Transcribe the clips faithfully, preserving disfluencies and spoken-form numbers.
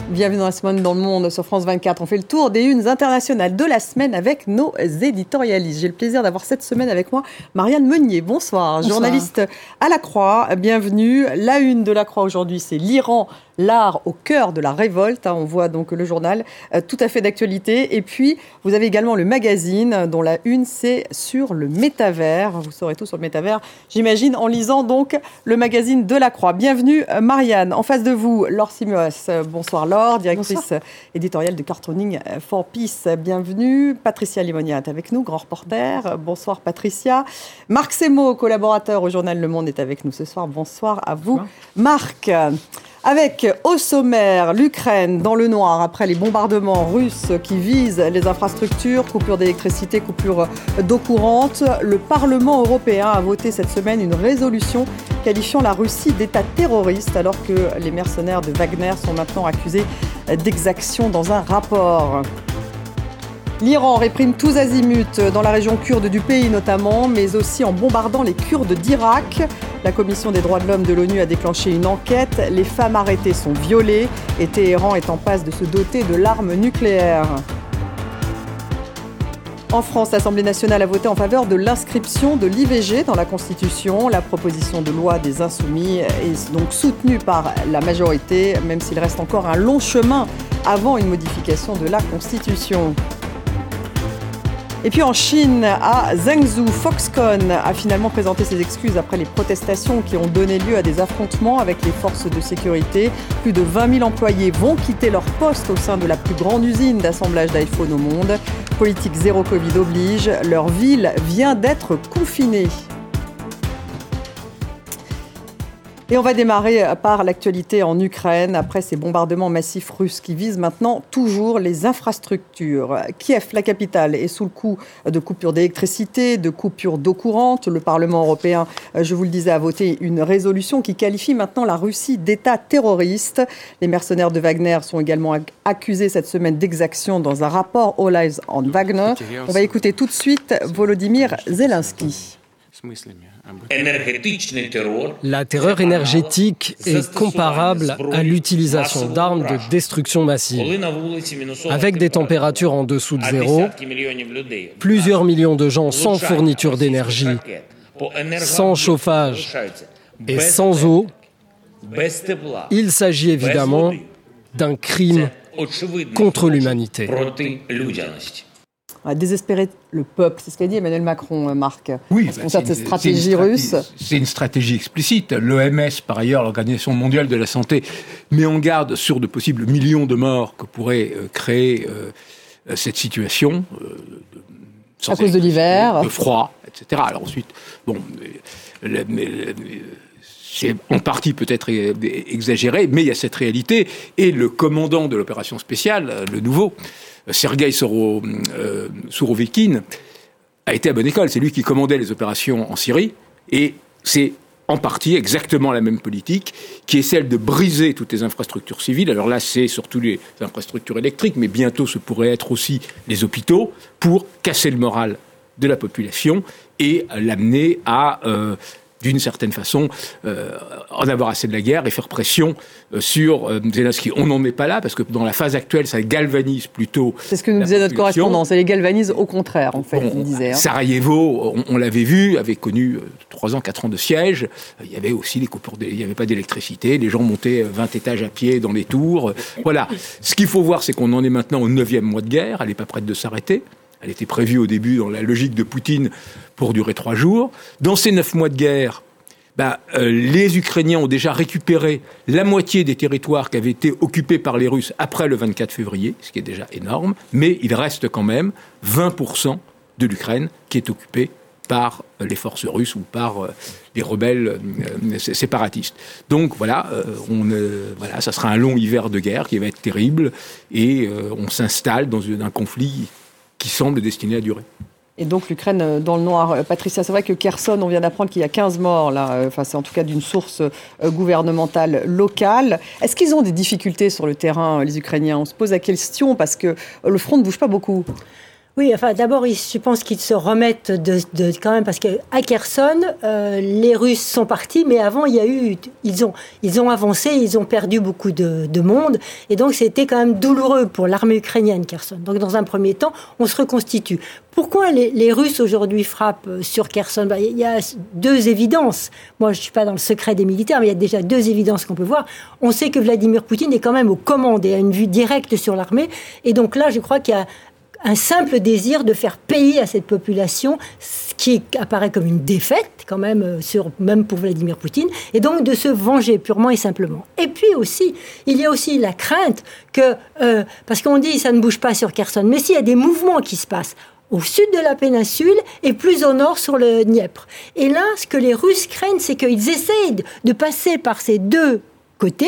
Bienvenue dans la semaine dans le monde sur France vingt-quatre. On fait le tour des unes internationales de la semaine avec nos éditorialistes. J'ai le plaisir d'avoir cette semaine avec moi Marianne Meunier. Bonsoir, Bonsoir. Journaliste à La Croix. Bienvenue. La une de La Croix aujourd'hui, c'est l'Iran, l'art au cœur de la révolte. On voit donc le journal euh, tout à fait d'actualité. Et puis, vous avez également le magazine dont la une, c'est sur le métavers. Vous saurez tout sur le métavers, j'imagine, en lisant donc le magazine de La Croix. Bienvenue, Marianne. En face de vous, Laure Simuas. Bonsoir, Laure, directrice Bonsoir. éditoriale de Cartooning for Peace. Bienvenue. Patricia Limoniat est avec nous, grand reporter. Bonsoir, Patricia. Marc Semo, collaborateur au journal Le Monde, est avec nous ce soir. Bonsoir à vous, Marc. Avec au sommaire l'Ukraine dans le noir après les bombardements russes qui visent les infrastructures, coupure d'électricité, coupure d'eau courante. Le Parlement européen a voté cette semaine une résolution qualifiant la Russie d'État terroriste alors que les mercenaires de Wagner sont maintenant accusés d'exaction dans un rapport. L'Iran réprime tous azimuts dans la région kurde du pays notamment, mais aussi en bombardant les Kurdes d'Irak. La Commission des droits de l'homme de l'ONU a déclenché une enquête. Les femmes arrêtées sont violées et Téhéran est en passe de se doter de l'arme nucléaire. En France, l'Assemblée nationale a voté en faveur de l'inscription de l'I V G dans la Constitution. La proposition de loi des Insoumis est donc soutenue par la majorité, même s'il reste encore un long chemin avant une modification de la Constitution. Et puis en Chine, à Zhengzhou, Foxconn a finalement présenté ses excuses après les protestations qui ont donné lieu à des affrontements avec les forces de sécurité. Plus de vingt mille employés vont quitter leur poste au sein de la plus grande usine d'assemblage d'iPhone au monde. Politique zéro Covid oblige, leur ville vient d'être confinée. Et on va démarrer par l'actualité en Ukraine, après ces bombardements massifs russes qui visent maintenant toujours les infrastructures. Kiev, la capitale, est sous le coup de coupures d'électricité, de coupures d'eau courante. Le Parlement européen, je vous le disais, a voté une résolution qui qualifie maintenant la Russie d'État terroriste. Les mercenaires de Wagner sont également accusés cette semaine d'exaction dans un rapport All Eyes on Wagner. On va écouter tout de suite Volodymyr Zelensky. La terreur énergétique est comparable à l'utilisation d'armes de destruction massive. Avec des températures en dessous de zéro, plusieurs millions de gens sans fourniture d'énergie, sans chauffage et sans eau, il s'agit évidemment d'un crime contre l'humanité. À désespérer le peuple, c'est ce qu'a dit Emmanuel Macron, Marc. Oui, bah, c'est, une, stratégie c'est, une russe. c'est une stratégie explicite. L'O M S, par ailleurs, l'Organisation mondiale de la santé, met en garde sur de possibles millions de morts que pourrait euh, créer euh, cette situation. Euh, de, à cause de l'hiver. De froid, et cetera. Alors ensuite, bon, le, le, le, c'est en partie peut-être exagéré, mais il y a cette réalité. Et le commandant de l'opération spéciale, le nouveau, Sergueï Soro, euh, Sourovikine, a été à bonne école. C'est lui qui commandait les opérations en Syrie. Et c'est en partie exactement la même politique qui est celle de briser toutes les infrastructures civiles. Alors là, c'est surtout les infrastructures électriques, mais bientôt ce pourrait être aussi les hôpitaux, pour casser le moral de la population et l'amener à... Euh, d'une certaine façon, euh, en avoir assez de la guerre et faire pression euh, sur euh, Zelensky. On n'en est pas là, parce que dans la phase actuelle, ça galvanise plutôt. C'est ce que nous disait notre correspondant, ça les galvanise au contraire, en fait, bon, il disait. Hein. Sarajevo, on, on l'avait vu, avait connu euh, trois ans, quatre ans de siège. Euh, il y avait aussi les coupures, il n'y avait pas d'électricité, les gens montaient vingt étages à pied dans les tours. Euh, voilà. Ce qu'il faut voir, c'est qu'on en est maintenant au neuvième mois de guerre, elle n'est pas prête de s'arrêter. Elle était prévue au début, dans la logique de Poutine, pour durer trois jours. Dans ces neuf mois de guerre, bah, euh, les Ukrainiens ont déjà récupéré la moitié des territoires qui avaient été occupés par les Russes après le vingt-quatre février, ce qui est déjà énorme. Mais il reste quand même vingt pour cent de l'Ukraine qui est occupée par les forces russes ou par euh, les rebelles euh, séparatistes. Donc voilà, euh, on, euh, voilà, ça sera un long hiver de guerre qui va être terrible et euh, on s'installe dans un conflit qui semble destiné à durer. Et donc l'Ukraine dans le noir. Patricia, c'est vrai que Kherson, on vient d'apprendre qu'il y a quinze morts, là, enfin c'est en tout cas d'une source gouvernementale locale. Est-ce qu'ils ont des difficultés sur le terrain, les Ukrainiens ? On se pose la question parce que le front ne bouge pas beaucoup. Oui, enfin, d'abord, je pense qu'ils se remettent de, de quand même, parce qu'à Kherson, euh, les Russes sont partis, mais avant, il y a eu, ils ont, ils ont avancé, ils ont perdu beaucoup de, de monde, et donc c'était quand même douloureux pour l'armée ukrainienne, Kherson. Donc, dans un premier temps, on se reconstitue. Pourquoi les, les Russes aujourd'hui frappent sur Kherson ? Ben, il y a deux évidences. Moi, je ne suis pas dans le secret des militaires, mais il y a déjà deux évidences qu'on peut voir. On sait que Vladimir Poutine est quand même aux commandes et a une vue directe sur l'armée, et donc là, je crois qu'il y a un simple désir de faire payer à cette population, ce qui apparaît comme une défaite, quand même, sur, même pour Vladimir Poutine, et donc de se venger purement et simplement. Et puis aussi, il y a aussi la crainte que, euh, parce qu'on dit ça ne bouge pas sur Kherson, mais s'il y a des mouvements qui se passent au sud de la péninsule et plus au nord sur le Dniepr. Et là, ce que les Russes craignent, c'est qu'ils essayent de passer par ces deux côtés,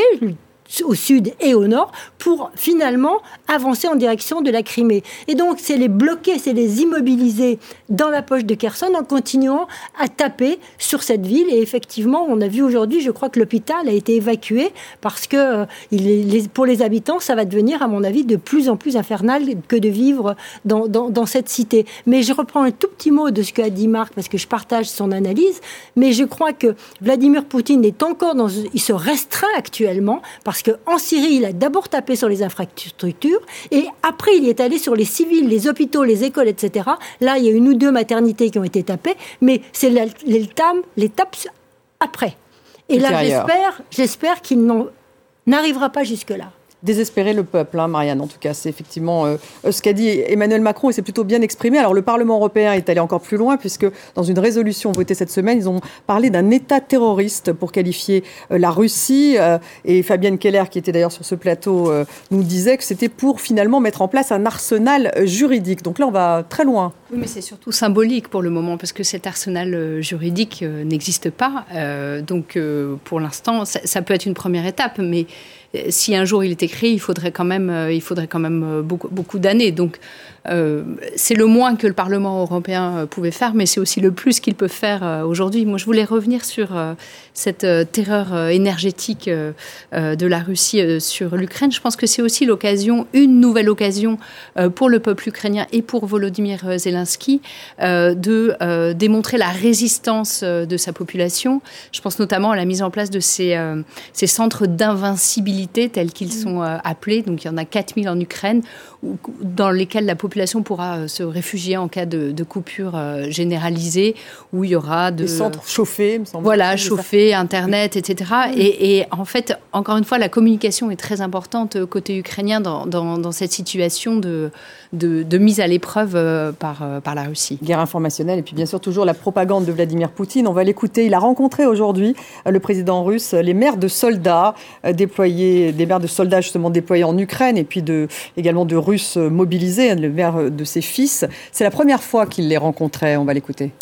au sud et au nord, pour finalement avancer en direction de la Crimée. Et donc, c'est les bloquer, c'est les immobiliser dans la poche de Kherson en continuant à taper sur cette ville. Et effectivement, on a vu aujourd'hui, je crois que l'hôpital a été évacué parce que euh, il est, les, pour les habitants, ça va devenir, à mon avis, de plus en plus infernal que de vivre dans, dans, dans cette cité. Mais je reprends un tout petit mot de ce qu'a dit Marc, parce que je partage son analyse, mais je crois que Vladimir Poutine est encore dans... Il se restreint actuellement parce qu'en Syrie, il a d'abord tapé sur les infrastructures et après, il est allé sur les civils, les hôpitaux, les écoles, et cetera. Là, il y a une ou deux maternités qui ont été tapées, mais c'est l'étape, l'étape après. Et là, j'espère, j'espère qu'il n'arrivera pas jusque-là. Désespérer le peuple, hein, Marianne, en tout cas, c'est effectivement euh, ce qu'a dit Emmanuel Macron et c'est plutôt bien exprimé. Alors le Parlement européen est allé encore plus loin puisque dans une résolution votée cette semaine, ils ont parlé d'un État terroriste pour qualifier euh, la Russie euh, et Fabienne Keller, qui était d'ailleurs sur ce plateau, euh, nous disait que c'était pour finalement mettre en place un arsenal euh, juridique. Donc là, on va très loin. Oui, mais c'est surtout symbolique pour le moment parce que cet arsenal euh, juridique euh, n'existe pas. Euh, donc euh, pour l'instant, ça, ça peut être une première étape, mais si un jour il était créé, il faudrait quand même, il faudrait quand même beaucoup, beaucoup d'années. Donc, euh, c'est le moins que le Parlement européen pouvait faire, mais c'est aussi le plus qu'il peut faire aujourd'hui. Moi, je voulais revenir sur euh, cette euh, terreur euh, énergétique euh, de la Russie euh, sur l'Ukraine. Je pense que c'est aussi l'occasion, une nouvelle occasion euh, pour le peuple ukrainien et pour Volodymyr Zelensky euh, de euh, démontrer la résistance euh, de sa population. Je pense notamment à la mise en place de ces, euh, ces centres d'invincibilité tels qu'ils sont euh, appelés. Donc, il y en a quatre mille en Ukraine, où, dans lesquels la population pourra euh, se réfugier en cas de, de coupure euh, généralisée, où il y aura de... Des centres chauffés, me semble. Voilà, chauffés, Internet, et cetera. Mm. Et, et en fait, encore une fois, la communication est très importante côté ukrainien dans, dans, dans cette situation de, de, de mise à l'épreuve euh, par, euh, par la Russie. Guerre informationnelle et puis bien sûr toujours la propagande de Vladimir Poutine. On va l'écouter. Il a rencontré aujourd'hui, euh, le président russe, les mères de soldats euh, déployés, des mères de soldats justement déployés en Ukraine et puis de, également de Russes mobilisés, hein, le mère de ses fils. C'est la première fois qu'il les rencontrait. On va l'écouter.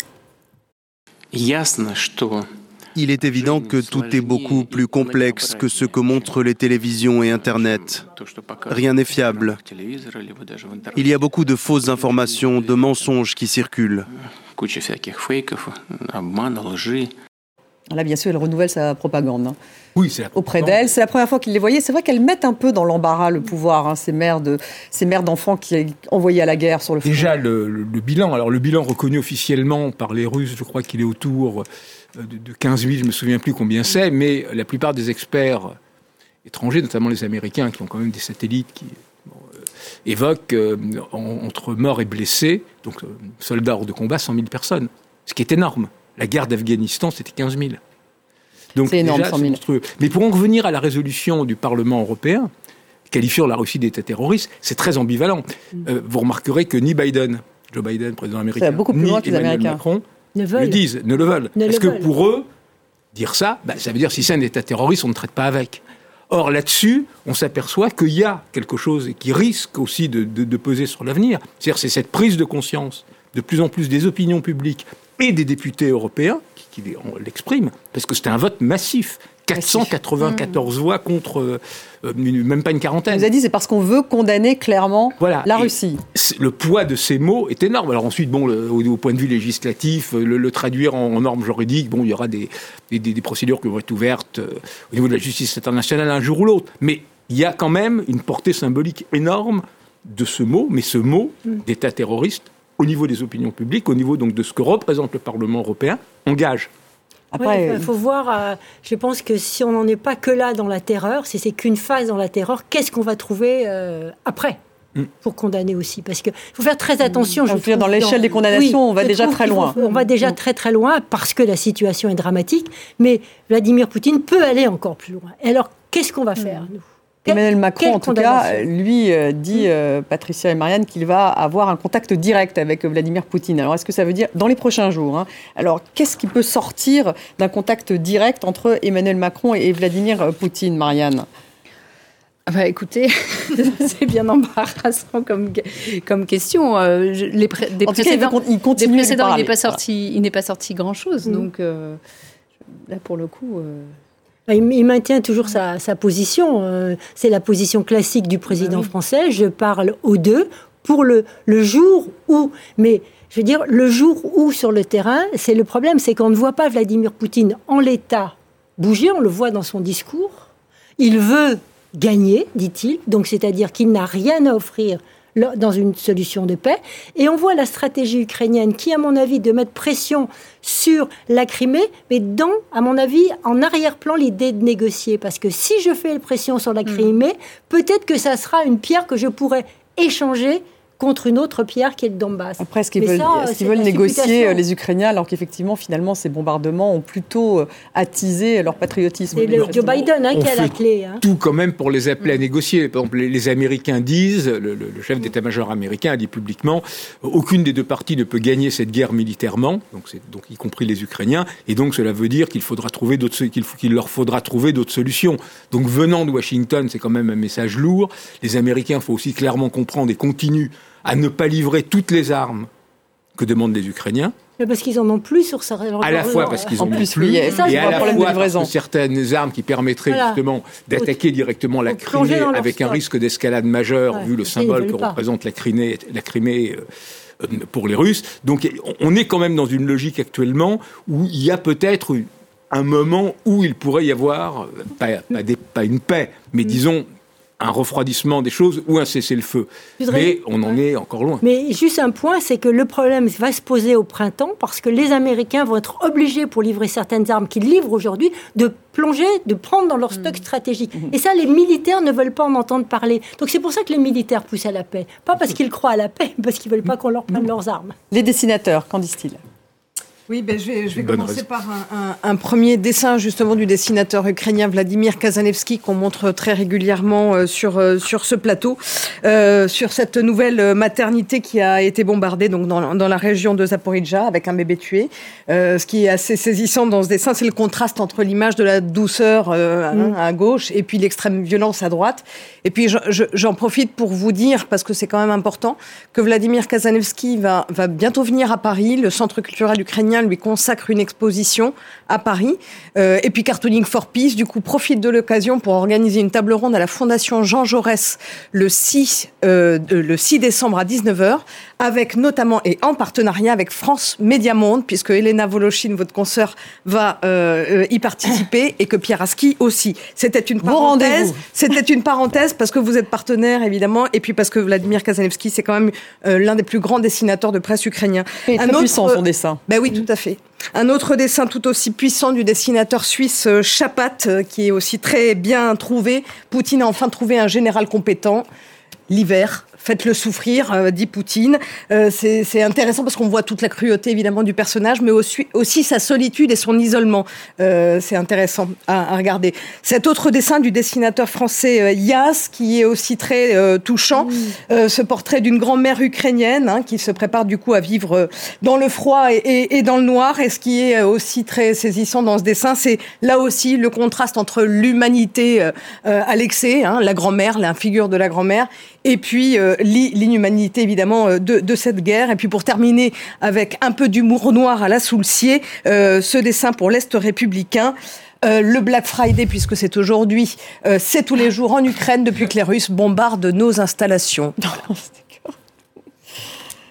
Il est évident que tout est beaucoup plus complexe que ce que montrent les télévisions et Internet. Rien n'est fiable. Il y a beaucoup de fausses informations, de mensonges qui circulent. Là, bien sûr, elle renouvelle sa propagande. Hein. Oui, c'est la auprès d'elle. C'est la première fois qu'il les voyait. C'est vrai qu'elles mettent un peu dans l'embarras le pouvoir, hein, ces mères de, ces mères d'enfants qui sont envoyés à la guerre sur le front. Déjà, le, le, le bilan. Alors, le bilan reconnu officiellement par les Russes, je crois qu'il est autour de, de quinze mille, je ne me souviens plus combien c'est, mais la plupart des experts étrangers, notamment les Américains, qui ont quand même des satellites qui bon, euh, évoquent euh, en, entre morts et blessés, donc euh, soldats hors de combat, cent mille personnes, ce qui est énorme. La guerre d'Afghanistan, c'était quinze mille. Donc, c'est énorme, déjà, cent mille. C'est monstrueux. Mais pour en revenir à la résolution du Parlement européen, qualifiant la Russie d'État terroriste, c'est très ambivalent. Mm. Euh, vous remarquerez que ni Biden, Joe Biden, président américain, beaucoup plus ni loin que les Emmanuel Américains. Macron ne le disent, ne le veulent. Ne Parce le que veulent. pour eux, dire ça, bah, ça veut dire si c'est un État terroriste, on ne traite pas avec. Or, là-dessus, on s'aperçoit qu'il y a quelque chose qui risque aussi de, de, de peser sur l'avenir. C'est-à-dire c'est cette prise de conscience de plus en plus des opinions publiques et des députés européens qui, qui l'expriment, parce que c'était un vote massif. quatre cent quatre-vingt-quatorze mmh. voix contre euh, une, même pas une quarantaine. On vous a dit, c'est parce qu'on veut condamner clairement voilà. la Russie. Le poids de ces mots est énorme. Alors ensuite, bon, le, au, au point de vue législatif, le, le traduire en, en normes juridiques, bon, il y aura des, des, des procédures qui vont être ouvertes euh, au niveau de la justice internationale un jour ou l'autre. Mais il y a quand même une portée symbolique énorme de ce mot, mais ce mot mmh. d'État terroriste au niveau des opinions publiques, au niveau donc de ce que représente le Parlement européen, engage. Après, il ouais, faut voir, euh, je pense que si on n'en est pas que là dans la terreur, si c'est qu'une phase dans la terreur, qu'est-ce qu'on va trouver euh, après mm. pour condamner aussi? Parce qu'il faut faire très attention. Mm. Je trouve, dans l'échelle dans... des condamnations, oui, on va déjà très loin. Faut, on va déjà mm. très très loin parce que la situation est dramatique, mais Vladimir Poutine peut aller encore plus loin. Et alors, qu'est-ce qu'on va faire, mm. nous? Emmanuel Macron, en tout cas, lui euh, dit, euh, Patricia et Marianne, qu'il va avoir un contact direct avec Vladimir Poutine. Alors, est-ce que ça veut dire dans les prochains jours hein, alors, qu'est-ce qui peut sortir d'un contact direct entre Emmanuel Macron et Vladimir Poutine, Marianne ? Bah, écoutez, c'est bien embarrassant comme, comme question. Euh, je, les pré- des en précédents, tout cas, il continue des précédents, de il n'est pas sorti, il n'est pas sorti grand-chose. Mmh. Donc euh, là, pour le coup. Euh... Il maintient toujours sa, sa position. Euh, c'est la position classique du président oui. français. Je parle aux deux pour le, le jour où... Mais je veux dire, le jour où sur le terrain, c'est le problème, c'est qu'on ne voit pas Vladimir Poutine en l'état bouger. On le voit dans son discours. Il veut gagner, dit-il. Donc, c'est-à-dire qu'il n'a rien à offrir dans une solution de paix. Et on voit la stratégie ukrainienne qui, à mon avis, de mettre pression sur la Crimée, mais dans, à mon avis, en arrière-plan, l'idée de négocier. Parce que si je fais pression sur la Crimée, mmh. peut-être que ça sera une pierre que je pourrais échanger contre une autre pierre qui est le Donbass. Après, est-ce qu'ils veulent, ça, est-ce qu'ils veulent négocier les Ukrainiens alors qu'effectivement, finalement, ces bombardements ont plutôt attisé leur patriotisme? C'est le Joe Biden hein, qui a la clé. Hein. Tout quand même pour les appeler à négocier. Par exemple, les, les Américains disent, le, le, le chef d'état-major américain a dit publiquement, aucune des deux parties ne peut gagner cette guerre militairement, donc, c'est, donc y compris les Ukrainiens, et donc cela veut dire qu'il faudra trouver d'autres, qu'il, qu'il leur faudra trouver d'autres solutions. Donc venant de Washington, c'est quand même un message lourd. Les Américains, il faut aussi clairement comprendre et continuent à ne pas livrer toutes les armes que demandent les Ukrainiens. Mais parce qu'ils en ont plus sur sa... À la fois parce qu'ils en, en ont plus, plus et, ça, et à la fois parce que certaines armes qui permettraient voilà. justement d'attaquer Faut directement la Crimée avec un stock. risque d'escalade majeur, ouais, vu le symbole que pas. représente la Crimée, la Crimée euh, pour les Russes. Donc on est quand même dans une logique actuellement où il y a peut-être un moment où il pourrait y avoir, pas, pas, des, pas une paix, mais mmh. disons... un refroidissement des choses ou un cessez-le-feu. Mais on en est encore loin. Mais juste un point, c'est que le problème va se poser au printemps parce que les Américains vont être obligés, pour livrer certaines armes qu'ils livrent aujourd'hui, de plonger, de prendre dans leur stock stratégique. Et ça, les militaires ne veulent pas en entendre parler. Donc c'est pour ça que les militaires poussent à la paix. Pas parce qu'ils croient à la paix, mais parce qu'ils ne veulent pas qu'on leur prenne leurs armes. Les dessinateurs, qu'en disent-ils ? Oui, ben je vais, je vais commencer raison. par un, un, un premier dessin justement du dessinateur ukrainien Vladimir Kazanevski qu'on montre très régulièrement euh, sur, euh, sur ce plateau, euh, sur cette nouvelle maternité qui a été bombardée donc dans, dans la région de Zaporijjia avec un bébé tué. Euh, ce qui est assez saisissant dans ce dessin, c'est le contraste entre l'image de la douceur euh, mmh. à gauche et puis l'extrême violence à droite. Et puis je, je, j'en profite pour vous dire, parce que c'est quand même important, que Vladimir Kazanevski va, va bientôt venir à Paris. Le Centre culturel ukrainien lui consacre une exposition à Paris. Euh, et puis Cartooning for Peace, du coup, profite de l'occasion pour organiser une table ronde à la Fondation Jean Jaurès le six, euh, le six décembre à dix-neuf heures, avec notamment, et en partenariat avec France Média Monde, puisque Elena Voloshin, votre consoeur, va euh, y participer, et que Pierre Aski aussi. C'était une parenthèse. C'était une parenthèse parce que vous êtes partenaire, évidemment, et puis parce que Vladimir Kazanevski, c'est quand même euh, l'un des plus grands dessinateurs de presse ukrainien. Et très puissant, son dessin. Ben oui, tout à fait. Un autre dessin tout aussi puissant du dessinateur suisse Chapat, qui est aussi très bien trouvé. Poutine a enfin trouvé un général compétent. L'hiver, faites-le souffrir, euh, dit Poutine. Euh, c'est, c'est intéressant parce qu'on voit toute la cruauté, évidemment, du personnage, mais aussi, aussi sa solitude et son isolement. Euh, c'est intéressant à, à regarder. Cet autre dessin du dessinateur français euh, Yas, qui est aussi très euh, touchant. Mmh. Euh, ce portrait d'une grand-mère ukrainienne hein, qui se prépare du coup à vivre euh, dans le froid et, et, et dans le noir. Et ce qui est aussi très saisissant dans ce dessin, c'est là aussi le contraste entre l'humanité euh, à l'excès, hein, la grand-mère, la figure de la grand-mère, et puis euh, l'inhumanité évidemment de, de cette guerre. Et puis pour terminer avec un peu d'humour noir à la Soulcier, euh, ce dessin pour l'Est républicain. Euh, le Black Friday, puisque c'est aujourd'hui, euh, c'est tous les jours en Ukraine depuis que les Russes bombardent nos installations.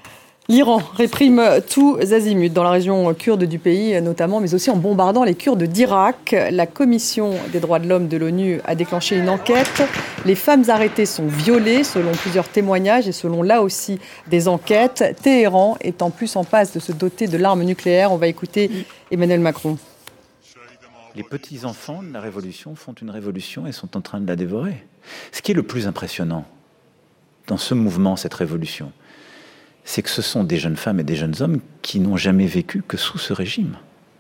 L'Iran réprime tous azimuts dans la région kurde du pays notamment, mais aussi en bombardant les Kurdes d'Irak. La Commission des droits de l'homme de l'ONU a déclenché une enquête. Les femmes arrêtées sont violées selon plusieurs témoignages et selon là aussi des enquêtes. Téhéran est en plus en passe de se doter de l'arme nucléaire. On va écouter Emmanuel Macron. Les petits-enfants de la révolution font une révolution et sont en train de la dévorer. Ce qui est le plus impressionnant dans ce mouvement, cette révolution, c'est que ce sont des jeunes femmes et des jeunes hommes qui n'ont jamais vécu que sous ce régime.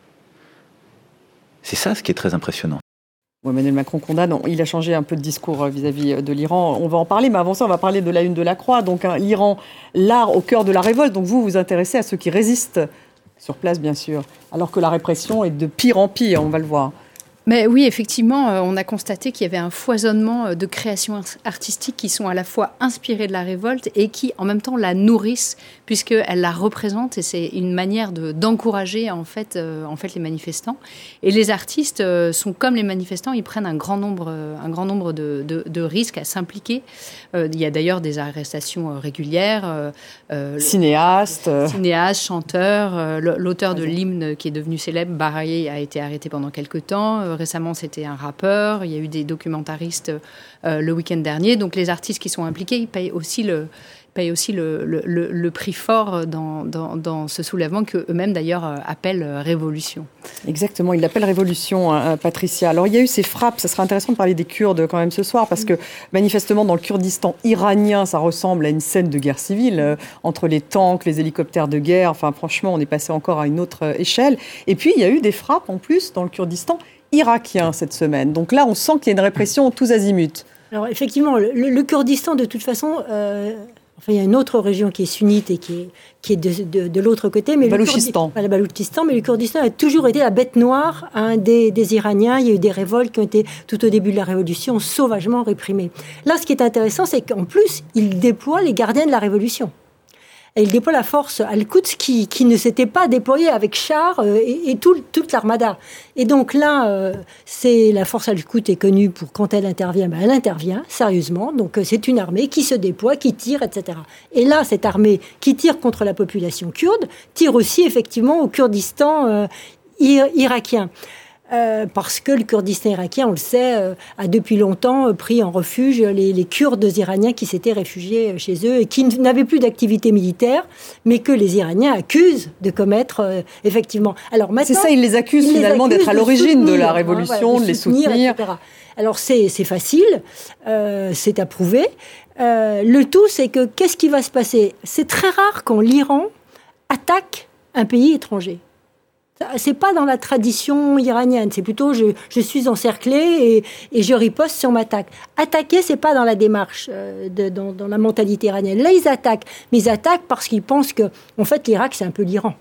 C'est ça ce qui est très impressionnant. Emmanuel Macron condamne, il a changé un peu de discours vis-à-vis de l'Iran. On va en parler, mais avant ça, on va parler de la une de la Croix. Donc hein, l'Iran, l'art au cœur de la révolte. Donc vous, vous intéressez à ceux qui résistent sur place, bien sûr, alors que la répression est de pire en pire, on va le voir. Mais oui, effectivement, on a constaté qu'il y avait un foisonnement de créations artistiques qui sont à la fois inspirées de la révolte et qui, en même temps, la nourrissent, puisqu'elles la représentent et c'est une manière de, d'encourager, en fait, euh, en fait, les manifestants. Et les artistes euh, sont comme les manifestants, ils prennent un grand nombre, un grand nombre de, de, de risques à s'impliquer. Euh, il y a d'ailleurs des arrestations régulières. Euh, euh, cinéastes. Euh... Cinéastes, chanteurs. Euh, l'auteur de l'hymne qui est devenu célèbre, Baraye, a été arrêté pendant quelques temps. Récemment, c'était un rappeur. Il y a eu des documentaristes euh, le week-end dernier. Donc, les artistes qui sont impliqués, ils payent aussi le, payent aussi le, le, le, le prix fort dans, dans, dans ce soulèvement qu'eux-mêmes, d'ailleurs, appellent révolution. Exactement, ils l'appellent révolution, hein, Patricia. Alors, il y a eu ces frappes. Ça serait intéressant de parler des Kurdes quand même ce soir, parce que, manifestement, dans le Kurdistan iranien, ça ressemble à une scène de guerre civile, euh, entre les tanks, les hélicoptères de guerre. Enfin, franchement, on est passé encore à une autre échelle. Et puis, il y a eu des frappes, en plus, dans le Kurdistan irakien cette semaine. Donc là, on sent qu'il y a une répression tous azimuts. Alors effectivement, le, le Kurdistan, de toute façon, euh, enfin, il y a une autre région qui est sunnite et qui est, qui est de, de, de l'autre côté. Mais Baloutchistan. Le, Kurdi, le Baloutchistan, mais le Kurdistan a toujours été la bête noire hein, des, des Iraniens. Il y a eu des révoltes qui ont été, tout au début de la révolution, sauvagement réprimées. Là, ce qui est intéressant, c'est qu'en plus, ils déploient les gardiens de la révolution. Et il déploie la force Al-Quds qui, qui ne s'était pas déployée avec chars euh, et, et tout, toute l'armada. Et donc là, euh, c'est, la force Al-Quds est connue pour quand elle intervient, ben elle intervient sérieusement. Donc euh, c'est une armée qui se déploie, qui tire, et cetera. Et là, cette armée qui tire contre la population kurde tire aussi effectivement au Kurdistan euh, ir- irakien. Euh, parce que le Kurdistan irakien, on le sait, euh, a depuis longtemps euh, pris en refuge les, les Kurdes iraniens qui s'étaient réfugiés chez eux et qui n'avaient plus d'activité militaire, mais que les Iraniens accusent de commettre, euh, effectivement. Alors maintenant, c'est ça, ils les accusent ils finalement les accusent d'être à l'origine de, de la révolution, hein, voilà, de, de les soutenir, soutenir. et cetera. Alors c'est, c'est facile, euh, c'est approuvé. Euh, le tout, c'est que qu'est-ce qui va se passer ? C'est très rare quand l'Iran attaque un pays étranger. C'est pas dans la tradition iranienne, c'est plutôt je, je suis encerclé et, et je riposte sur ma attaque. Attaquer, c'est pas dans la démarche, euh, de, dans, dans la mentalité iranienne. Là, ils attaquent, mais ils attaquent parce qu'ils pensent que, en fait, l'Irak, c'est un peu l'Iran.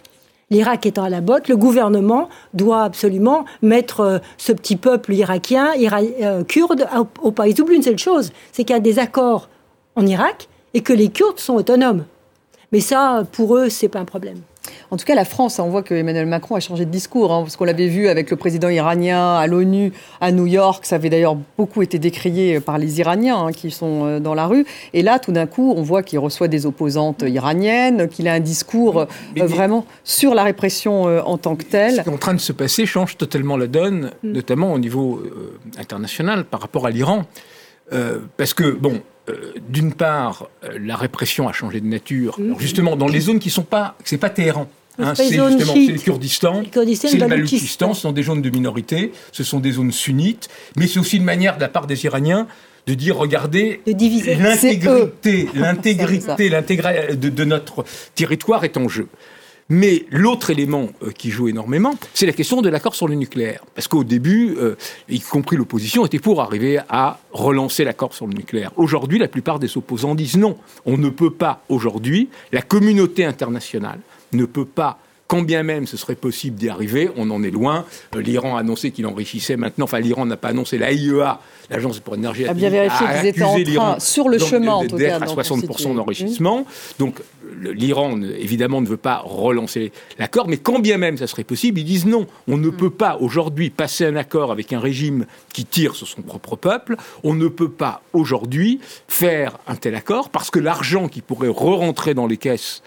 L'Irak étant à la botte, le gouvernement doit absolument mettre euh, ce petit peuple irakien, ira, euh, kurde, au, au pas. Ils oublient une seule chose, c'est qu'il y a des accords en Irak et que les Kurdes sont autonomes. Mais ça, pour eux, c'est pas un problème. En tout cas, la France, on voit que Emmanuel Macron a changé de discours, hein, parce qu'on l'avait vu avec le président iranien à l'ONU, à New York. Ça avait d'ailleurs beaucoup été décrié par les Iraniens hein, qui sont dans la rue. Et là, tout d'un coup, on voit qu'il reçoit des opposantes iraniennes, qu'il a un discours mais, euh, vraiment sur la répression euh, en tant que telle. Ce qui est en train de se passer change totalement la donne, mm. notamment au niveau euh, international par rapport à l'Iran. Euh, parce que, bon... Euh, d'une part, euh, la répression a changé de nature. Alors justement, dans les zones qui ne sont pas... C'est pas Téhéran. Hein, c'est justement c'est le Kurdistan, le Kurdistan c'est le Baloutchistan. Ce sont des zones de minorité, ce sont des zones sunnites. Mais c'est aussi une manière de la part des Iraniens de dire, regardez, de diviser. l'intégrité, l'intégrité, l'intégrité de, de notre territoire est en jeu. Mais l'autre élément euh, qui joue énormément, c'est la question de l'accord sur le nucléaire. Parce qu'au début, euh, y compris l'opposition, était pour arriver à relancer l'accord sur le nucléaire. Aujourd'hui, la plupart des opposants disent non. On ne peut pas, aujourd'hui, la communauté internationale ne peut pas, quand bien même ce serait possible d'y arriver, on en est loin. Euh, L'Iran a annoncé qu'il enrichissait maintenant, enfin l'Iran n'a pas annoncé, la I E A, l'Agence pour l'énergie atomique, a bien vérifié qu'ils étaient en train, sur le chemin en tout cas, d'être à soixante pour cent d'enrichissement. Donc l'Iran, évidemment, ne veut pas relancer l'accord, mais quand bien même ça serait possible, ils disent non. On ne peut pas aujourd'hui passer un accord avec un régime qui tire sur son propre peuple. On ne peut pas aujourd'hui faire un tel accord parce que l'argent qui pourrait re-rentrer dans les caisses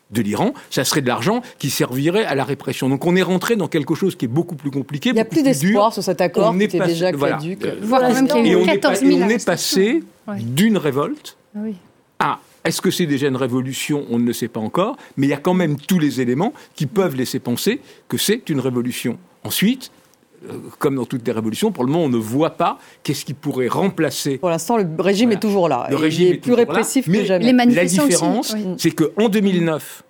de l'Iran, ça serait de l'argent qui servirait à la répression. Donc on est rentré dans quelque chose qui est beaucoup plus compliqué. Il n'y a plus d'espoir sur cet accord qui était déjà caduc. Voire même qu'il y a eu quatorze mille Et on est passé ouais. d'une révolte oui. à... Est-ce que c'est déjà une révolution ? On ne le sait pas encore, mais il y a quand même tous les éléments qui peuvent laisser penser que c'est une révolution. Ensuite, euh, comme dans toutes les révolutions, pour le moment, on ne voit pas qu'est-ce qui pourrait remplacer... Pour l'instant, le régime voilà. est toujours là. Le régime il est, est plus répressif là, que jamais. Les la différence, aussi, oui. c'est qu'en deux mille neuf...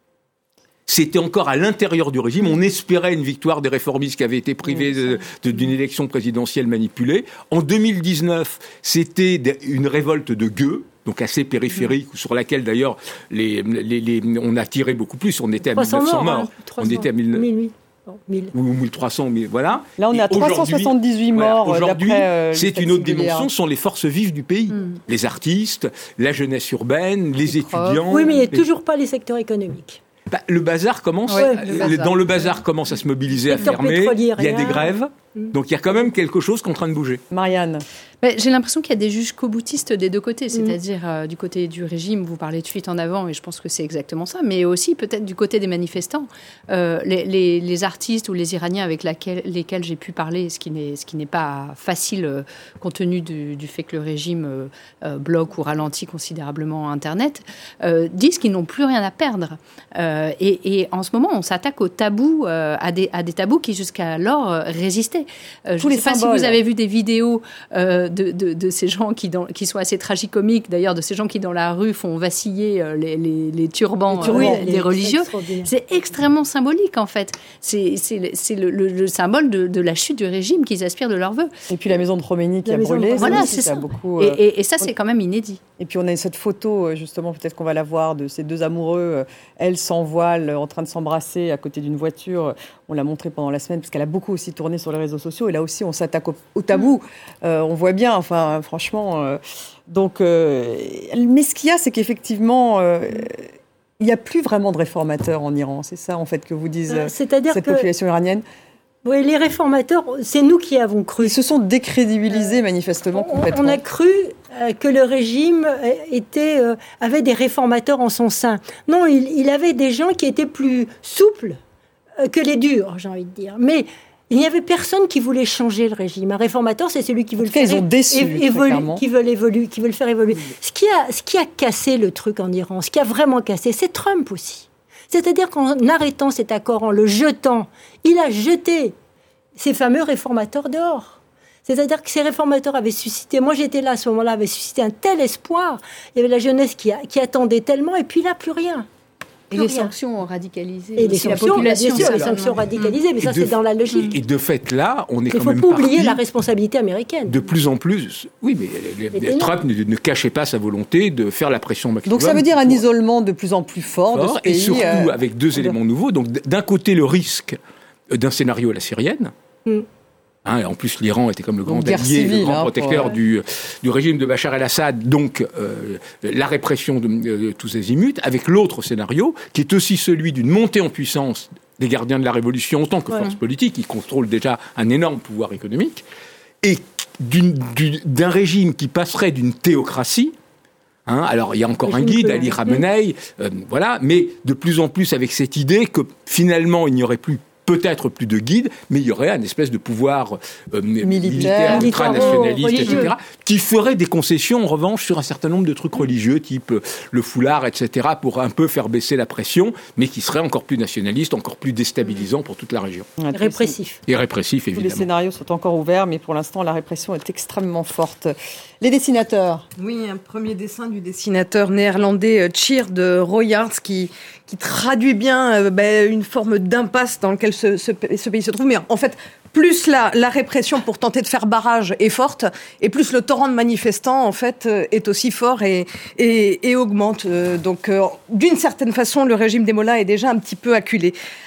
C'était encore à l'intérieur du régime. On espérait une victoire des réformistes qui avaient été privés de, de, d'une élection présidentielle manipulée. En deux mille dix-neuf, c'était une révolte de gueux, donc assez périphérique, mmh. sur laquelle d'ailleurs les, les, les, on a tiré beaucoup plus. On était à mille neuf cents morts. Hein, on était à mille neuf cents. mille Ou mille trois cents, mais voilà. Là, on est à trois cent soixante-dix-huit morts. Voilà, aujourd'hui, euh, c'est une autre dimension, ce sont les forces vives du pays. Mm. Les artistes, la jeunesse urbaine, les, les étudiants. Oui, mais il n'y a les... toujours pas les secteurs économiques. Bah, le bazar commence, ouais, le bazar. Dans le bazar commence à se mobiliser, à fermer. Il y a des grèves. Mm. Donc il y a quand même quelque chose qui est en train de bouger. Marianne. Mais j'ai l'impression qu'il y a des jusqu'au-boutistes des deux côtés, c'est-à-dire mmh. euh, du côté du régime, vous parlez de fuite en avant, et je pense que c'est exactement ça, mais aussi peut-être du côté des manifestants. Euh, les, les, les artistes ou les Iraniens avec laquelle, lesquels j'ai pu parler, ce qui n'est, ce qui n'est pas facile euh, compte tenu du, du fait que le régime euh, euh, bloque ou ralentit considérablement Internet, euh, disent qu'ils n'ont plus rien à perdre. Euh, et, et en ce moment, on s'attaque aux tabous, euh, à, des, à des tabous qui jusqu'alors euh, résistaient. Euh, je ne sais pas symboles. Si vous avez vu des vidéos euh, de, de, de ces gens qui, dans, qui sont assez tragicomiques, d'ailleurs, de ces gens qui, dans la rue, font vaciller euh, les, les, les turbans, les turbans euh, des religieux. C'est extrêmement symbolique, en fait. C'est, c'est, c'est le, le, le symbole de, de la chute du régime qu'ils aspirent de leur vœu. Et puis la maison de Khomeini qui la a brûlé. De... Voilà, c'est ça. Beaucoup, euh... et, et, et ça, c'est quand même inédit. Et puis on a cette photo, justement, peut-être qu'on va la voir, de ces deux amoureux, elle sans voile, en train de s'embrasser à côté d'une voiture. On l'a montré pendant la semaine, parce qu'elle a beaucoup aussi tourné sur les réseaux sociaux. Et là aussi, on s'attaque au, au tabou. Euh, on voit bien, enfin, franchement. Euh, donc, euh, mais ce qu'il y a, c'est qu'effectivement, euh, il n'y a plus vraiment de réformateurs en Iran. C'est ça, en fait, que vous disent euh, C'est-à-dire cette que... population iranienne. Oui, les réformateurs, c'est nous qui avons cru. Ils se sont décrédibilisés, euh, manifestement, on, complètement. On a cru euh, que le régime était, euh, avait des réformateurs en son sein. Non, il, il avait des gens qui étaient plus souples euh, que les durs, j'ai envie de dire. Mais il n'y avait personne qui voulait changer le régime. Un réformateur, c'est celui qui veut le faire ils ont déçu, évoluer, qui veut évoluer, qui veut le faire évoluer. Oui. Ce qui a, ce qui a cassé le truc en Iran, ce qui a vraiment cassé, c'est Trump aussi. C'est-à-dire qu'en arrêtant cet accord, en le jetant, il a jeté ces fameux réformateurs dehors. C'est-à-dire que ces réformateurs avaient suscité, moi j'étais là à ce moment-là, avaient suscité un tel espoir. Il y avait la jeunesse qui, a, qui attendait tellement, et puis là, plus rien. Et les sanctions ont radicalisé. Et les sanctions, la population, bien sûr, les sanctions radicalisées, mais ça, c'est dans la logique. Et de fait, là, on est quand même Il ne faut pas oublier la responsabilité américaine. De plus en plus, oui, mais les, les, Trump ne, ne cachait pas sa volonté de faire la pression maximum. Donc ça veut dire un isolement de plus en plus fort, fort de ce pays. Et surtout, euh, avec deux éléments nouveaux. Donc d'un côté, le risque d'un scénario à la syrienne. Mm. Hein, et en plus, l'Iran était comme le grand allié, civile, le grand hein, protecteur pour... du, du régime de Bachar el-Assad, donc euh, la répression de, de tous azimuts, avec l'autre scénario, qui est aussi celui d'une montée en puissance des gardiens de la révolution en tant que ouais. force politique, qui contrôlent déjà un énorme pouvoir économique, et d'une, d'une, d'un régime qui passerait d'une théocratie. Hein, alors, il y a encore un guide, Ali Khamenei, euh, voilà, mais de plus en plus avec cette idée que finalement, il n'y aurait plus peut-être plus de guides, mais il y aurait un espèce de pouvoir euh, militaire, ultranationaliste, et cetera, qui ferait des concessions, en revanche, sur un certain nombre de trucs religieux, type euh, le foulard, et cetera, pour un peu faire baisser la pression, mais qui serait encore plus nationaliste, encore plus déstabilisant pour toute la région. Ouais, répressif. Et répressif, évidemment. Tous les scénarios sont encore ouverts, mais pour l'instant, la répression est extrêmement forte. Les dessinateurs. Oui, un premier dessin du dessinateur néerlandais Tjeerd Royaerts qui, qui traduit bien euh, ben, une forme d'impasse dans laquelle ce, ce, ce pays se trouve. Mais en fait, plus la, la répression pour tenter de faire barrage est forte, et plus le torrent de manifestants, en fait, est aussi fort et, et, et augmente. Donc, euh, d'une certaine façon, le régime des mollahs est déjà un petit peu acculé.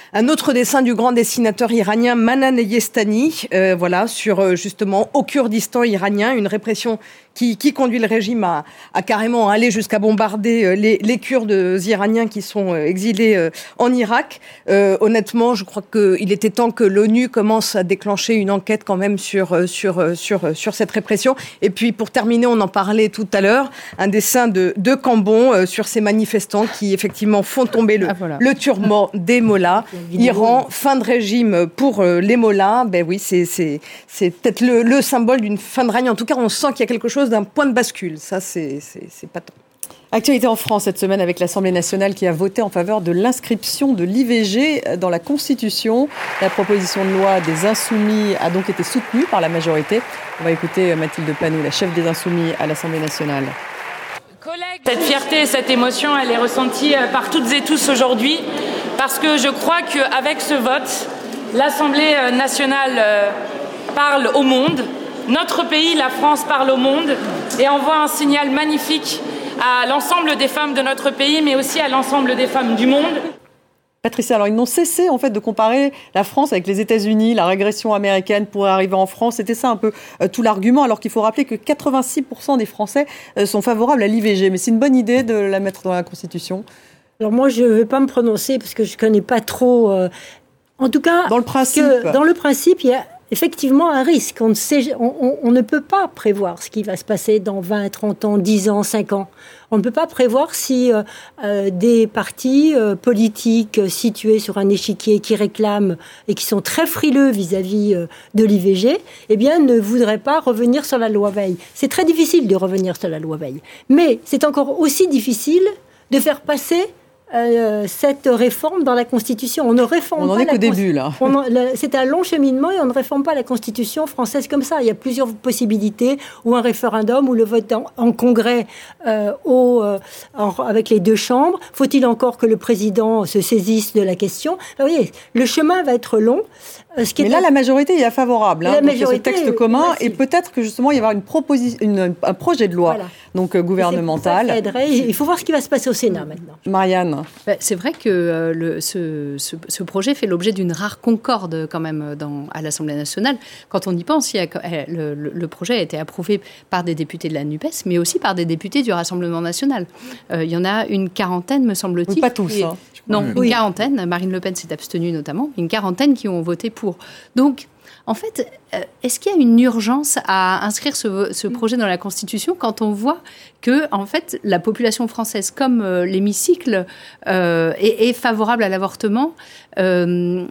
un autre dessin du grand dessinateur iranien Manan Yestani, euh, voilà, sur euh, justement au Kurdistan iranien, une répression qui, qui conduit le régime à, à carrément aller jusqu'à bombarder euh, les, les Kurdes iraniens qui sont euh, exilés euh, en Irak. Euh, honnêtement, je crois qu'il était temps que l'ONU commence à déclencher une enquête quand même sur, euh, sur, euh, sur, euh, sur cette répression. Et puis pour terminer, on en parlait tout à l'heure, un dessin de, de Cambon euh, sur ces manifestants qui effectivement font tomber le, ah, voilà. le turban des mollahs. Iran, fin de régime pour euh, les mollahs. Ben oui, c'est, c'est, c'est peut-être le, le symbole d'une fin de règne. En tout cas, on sent qu'il y a quelque chose d'un point de bascule. Ça, c'est, c'est, c'est pas tant. Actualité en France cette semaine avec l'Assemblée nationale qui a voté en faveur de l'inscription de l'I V G dans la Constitution. La proposition de loi des Insoumis a donc été soutenue par la majorité. On va écouter Mathilde Panot, la chef des Insoumis à l'Assemblée nationale. Cette fierté et cette émotion, elle est ressentie par toutes et tous aujourd'hui parce que je crois qu'avec ce vote, l'Assemblée nationale parle au monde. Notre pays, la France, parle au monde et envoie un signal magnifique à l'ensemble des femmes de notre pays, mais aussi à l'ensemble des femmes du monde. Patricia, alors ils n'ont cessé en fait de comparer la France avec les États-Unis, la régression américaine pourrait arriver en France. C'était ça un peu euh, tout l'argument, alors qu'il faut rappeler que quatre-vingt-six pour cent des Français euh, sont favorables à l'I V G. Mais c'est une bonne idée de la mettre dans la Constitution. Alors moi, je ne vais pas me prononcer parce que je ne connais pas trop. Euh... En tout cas, dans le principe, dans le principe, il y a effectivement un risque. On ne sait, on, on, on ne peut pas prévoir ce qui va se passer dans vingt, trente ans, dix ans, cinq ans. On ne peut pas prévoir si euh, euh, des partis euh, politiques euh, situés sur un échiquier qui réclament et qui sont très frileux vis-à-vis euh, de l'I V G, eh bien, ne voudraient pas revenir sur la loi Veil. C'est très difficile de revenir sur la loi Veil. Mais c'est encore aussi difficile de faire passer Euh, cette réforme dans la Constitution. On ne réforme on pas en est la qu'au début, là. On en, le, c'est un long cheminement et on ne réforme pas la Constitution française comme ça. Il y a plusieurs possibilités, ou un référendum, ou le vote en, en congrès euh, au, euh, en, avec les deux chambres. Faut-il encore que le président se saisisse de la question? Vous voyez, le chemin va être long. Euh, ce qui est Mais là, un... la majorité est favorable. Hein, la donc majorité il y a ce texte commun et peut-être que justement il y aura une proposition, une, un projet de loi voilà. donc euh, gouvernemental. Ça, ça il faut voir ce qui va se passer au Sénat maintenant. Marianne. C'est vrai que euh, le, ce, ce, ce projet fait l'objet d'une rare concorde quand même dans, à l'Assemblée nationale. Quand on y pense, il y a, le, le, le projet a été approuvé par des députés de la NUPES, mais aussi par des députés du Rassemblement national. Euh, il y en a une quarantaine, me semble-t-il. Pas tous, et, hein. Non, oui. une quarantaine. Marine Le Pen s'est abstenue notamment. Une quarantaine qui ont voté pour. Donc, en fait, est-ce qu'il y a une urgence à inscrire ce, ce projet dans la Constitution quand on voit que, en fait, la population française, comme euh, l'hémicycle, euh, est, est favorable à l'avortement euh,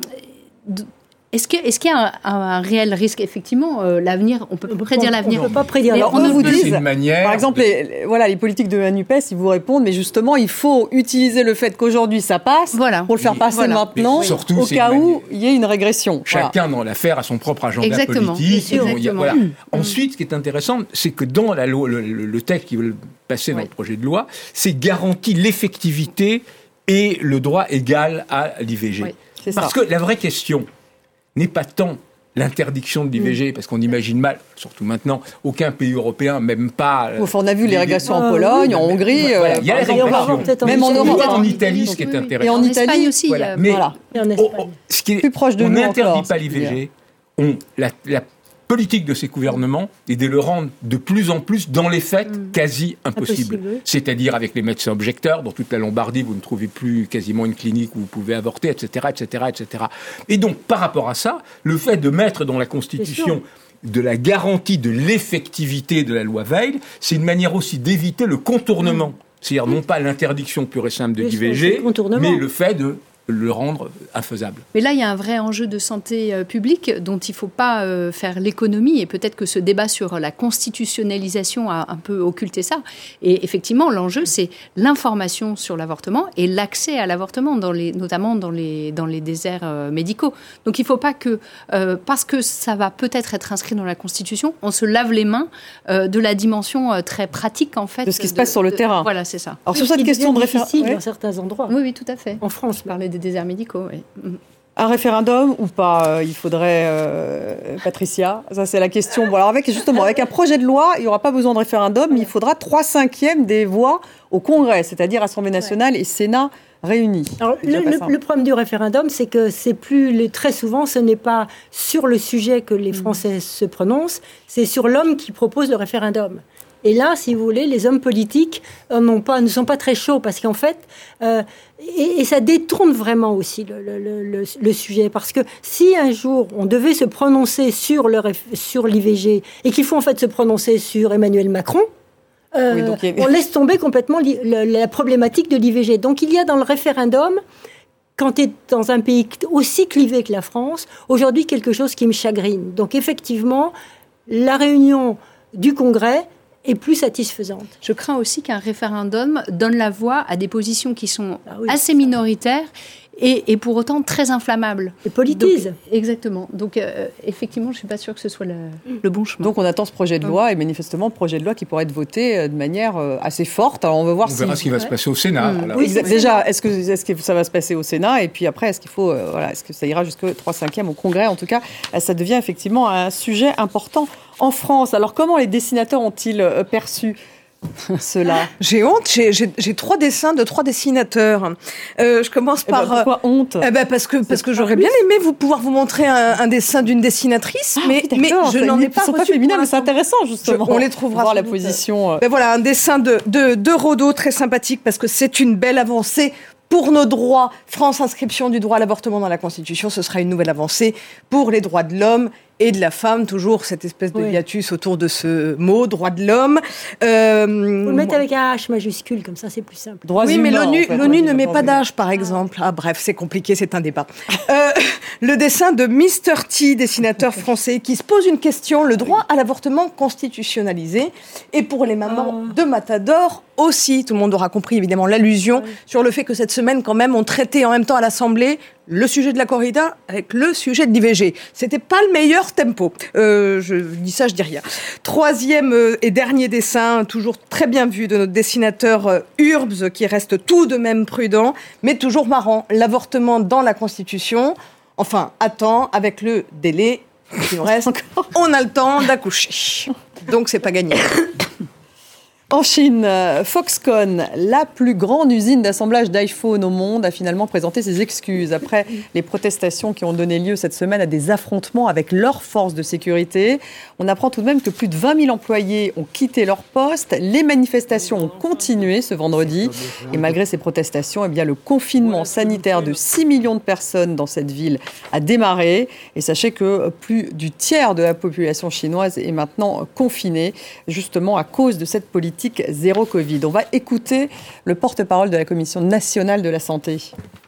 Est-ce, que, est-ce qu'il y a un, un réel risque? Effectivement, euh, l'avenir, on peut on prédire peut, l'avenir. On ne peut pas prédire. Alors, on vous dit, manière par exemple, de... les, voilà, les politiques de la NUPES, ils vous répondent, mais justement, il faut utiliser le fait qu'aujourd'hui ça passe voilà. pour le faire passer voilà. maintenant, surtout, au cas où il y ait une régression. Chacun voilà. dans l'affaire a son propre agenda Exactement. politique. Exactement. Il y a, voilà. mmh. Ensuite, ce qui est intéressant, c'est que dans la loi, le, le, le texte qui veut passer dans oui. le projet de loi, c'est garantit l'effectivité et le droit égal à l'I V G. Oui, c'est Parce ça. que la vraie question n'est pas tant l'interdiction de l'I V G, mmh. parce qu'on imagine mal, surtout maintenant, aucun pays européen, même pas... Enfin, on a vu les régressions en Pologne, en Hongrie... Voilà, il y a les régressions. Même en Europe. En Italie, ce qui est intéressant. Et en Italie aussi. Voilà. Mais voilà. oh, oh, ce qui est, plus proche de on nous n'interdit encore, pas l'I V G. On, la, la politique de ces gouvernements est de le rendre de plus en plus, dans les faits, mmh. quasi impossible. impossible. C'est-à-dire avec les médecins objecteurs, dans toute la Lombardie, vous ne trouvez plus quasiment une clinique où vous pouvez avorter, et cetera, et cetera, et cetera. Et donc, par rapport à ça, le fait de mettre dans la Constitution de la garantie de l'effectivité de la loi Veil, c'est une manière aussi d'éviter le contournement. Mmh. C'est-à-dire non pas l'interdiction pure et simple de l'I V G, mais le fait de le rendre infaisable. Mais là, il y a un vrai enjeu de santé euh, publique dont il ne faut pas euh, faire l'économie, et peut-être que ce débat sur la constitutionnalisation a un peu occulté ça. Et effectivement, l'enjeu, c'est l'information sur l'avortement et l'accès à l'avortement, dans les, notamment dans les, dans les déserts euh, médicaux. Donc il ne faut pas que, euh, parce que ça va peut-être être inscrit dans la Constitution, on se lave les mains euh, de la dimension euh, très pratique, en fait. De ce qui de, se passe sur le de, terrain. Voilà, c'est ça. Alors sur cette question de référendum... dans certains endroits. Oui, oui, tout à fait. En France, parler des déserts médicaux, oui. Un référendum ou pas? Il faudrait, euh, Patricia, ça c'est la question. Bon, alors avec, justement, avec un projet de loi, il n'y aura pas besoin de référendum, mais il faudra trois cinquièmes des voix au Congrès, c'est-à-dire Assemblée nationale ouais. et Sénat réunis. Alors, le, le, le problème du référendum, c'est que c'est plus les, très souvent, ce n'est pas sur le sujet que les Français mmh. se prononcent, c'est sur l'homme qui propose le référendum. Et là, si vous voulez, les hommes politiques euh, n'ont pas, ne sont pas très chauds parce qu'en fait, euh, et, et ça détourne vraiment aussi le, le, le, le sujet. Parce que si un jour on devait se prononcer sur, le, sur l'I V G et qu'il faut en fait se prononcer sur Emmanuel Macron, euh, oui, donc, on laisse tomber complètement li, la, la problématique de l'I V G. Donc il y a dans le référendum, quand tu es dans un pays aussi clivé que la France, aujourd'hui quelque chose qui me chagrine. Donc effectivement, la réunion du Congrès est plus satisfaisante. Je crains aussi qu'un référendum donne la voix à des positions qui sont ah oui. assez minoritaires et, et pour autant très inflammables. Et politise. Donc, exactement. Donc, euh, effectivement, je ne suis pas sûre que ce soit le, le bon chemin. Donc, on attend ce projet de loi et manifestement, projet de loi qui pourrait être voté de manière assez forte. Alors, on va voir on si... verra ce qui va ouais. se passer au Sénat. Mmh. Oui, déjà, est-ce que, est-ce que ça va se passer au Sénat? Et puis après, est-ce qu'il faut... Euh, voilà, est-ce que ça ira jusqu'au trois cinquièmes au Congrès? En tout cas, ça devient effectivement un sujet important en France. Alors, comment les dessinateurs ont-ils perçu cela? J'ai honte, j'ai, j'ai, j'ai trois dessins de trois dessinateurs. Euh, je commence par... Eh ben, pourquoi honte? Eh ben parce que, parce que j'aurais bien aimé vous, pouvoir vous montrer un, un dessin d'une dessinatrice, ah, mais, mais je n'en ai pas reçu. Ils sont pas féminins, mais c'est intéressant, justement. Je, on les trouvera. Voir la position. Ben voilà, un dessin de, de, de Rodot, très sympathique, parce que c'est une belle avancée pour nos droits. France, inscription du droit à l'avortement dans la Constitution, ce sera une nouvelle avancée pour les droits de l'homme et de la femme, toujours cette espèce de oui. hiatus autour de ce mot, droit de l'homme. Euh, Vous le mettez avec un H majuscule, comme ça c'est plus simple. Droits oui, humains, mais l'ONU, en fait, l'ONU ne met pas d'H, par exemple. Ah bref, c'est compliqué, c'est un débat. euh, le dessin de mister T, dessinateur français, qui se pose une question, le droit à l'avortement constitutionnalisé, et pour les mamans oh. de Matador aussi. Tout le monde aura compris, évidemment, l'allusion oui. sur le fait que cette semaine, quand même, on traitait en même temps à l'Assemblée le sujet de la corrida avec le sujet de l'I V G. C'était pas le meilleur tempo. Euh, je dis ça, je dis rien. Troisième euh, et dernier dessin, toujours très bien vu, de notre dessinateur euh, Urbs, qui reste tout de même prudent, mais toujours marrant. L'avortement dans la Constitution. Enfin, attends, avec le délai qui nous reste, on a le temps d'accoucher. Donc, c'est pas gagné. En Chine, Foxconn, la plus grande usine d'assemblage d'iPhone au monde, a finalement présenté ses excuses après les protestations qui ont donné lieu cette semaine à des affrontements avec leurs forces de sécurité. On apprend tout de même que plus de vingt mille employés ont quitté leur poste. Les manifestations ont continué ce vendredi. Et malgré ces protestations, eh bien, le confinement sanitaire de six millions de personnes dans cette ville a démarré. Et sachez que plus du tiers de la population chinoise est maintenant confinée, justement à cause de cette politique zéro Covid. On va écouter le porte-parole de la Commission nationale de la santé.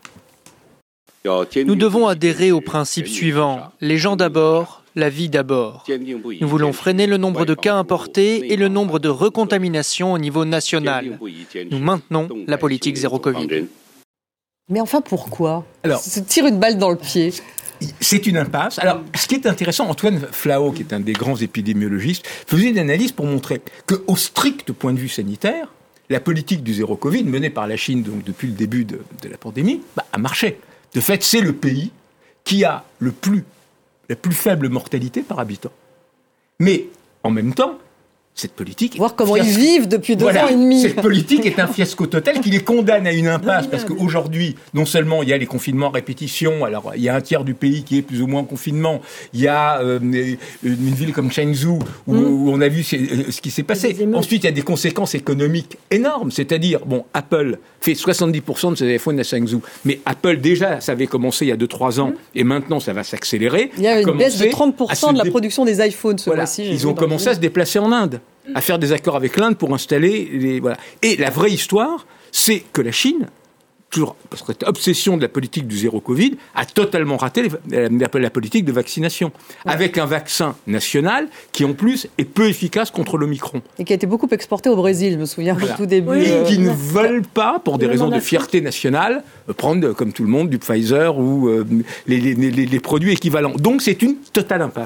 Nous devons adhérer au principe suivant, les gens d'abord, la vie d'abord. Nous voulons freiner le nombre de cas importés et le nombre de recontaminations au niveau national. Nous maintenons la politique zéro Covid. Mais enfin, pourquoi ? Alors, se tire une balle dans le pied. C'est une impasse. Alors, ce qui est intéressant, Antoine Flahault, qui est un des grands épidémiologistes, faisait une analyse pour montrer qu'au strict point de vue sanitaire, la politique du zéro Covid, menée par la Chine donc depuis le début de, de la pandémie, bah, a marché. De fait, c'est le pays qui a le plus, la plus faible mortalité par habitant. Mais, en même temps, cette politique... Voir comment fiasco. Ils vivent depuis deux voilà, ans et demi. Cette politique est un fiasco total qui les condamne à une impasse, parce qu'aujourd'hui, non seulement il y a les confinements à répétition, alors il y a un tiers du pays qui est plus ou moins en confinement, il y a euh, une ville comme Chengdu où, mmh. où on a vu ce qui s'est passé. Ensuite, il y a des conséquences économiques énormes, c'est-à-dire, bon, Apple fait soixante-dix pour cent de ses iPhones à Chengdu, mais Apple déjà, ça avait commencé il y a deux trois ans, mmh. et maintenant ça va s'accélérer. Il y a une baisse de trente pour cent de la dé... production des iPhones ce voilà. mois-ci. Ils ont commencé à se déplacer en Inde, à faire des accords avec l'Inde pour installer les... Voilà. Et la vraie histoire, c'est que la Chine, toujours parce que cette obsession de la politique du zéro Covid, a totalement raté les... la politique de vaccination, ouais. avec un vaccin national qui, en plus, est peu efficace contre l'Omicron. Et qui a été beaucoup exporté au Brésil, je me souviens, voilà. au tout début. Oui, euh... qui ne veulent pas, pour des raisons de fierté nationale, prendre, comme tout le monde, du Pfizer ou euh, les, les, les, les produits équivalents. Donc, c'est une totale impasse.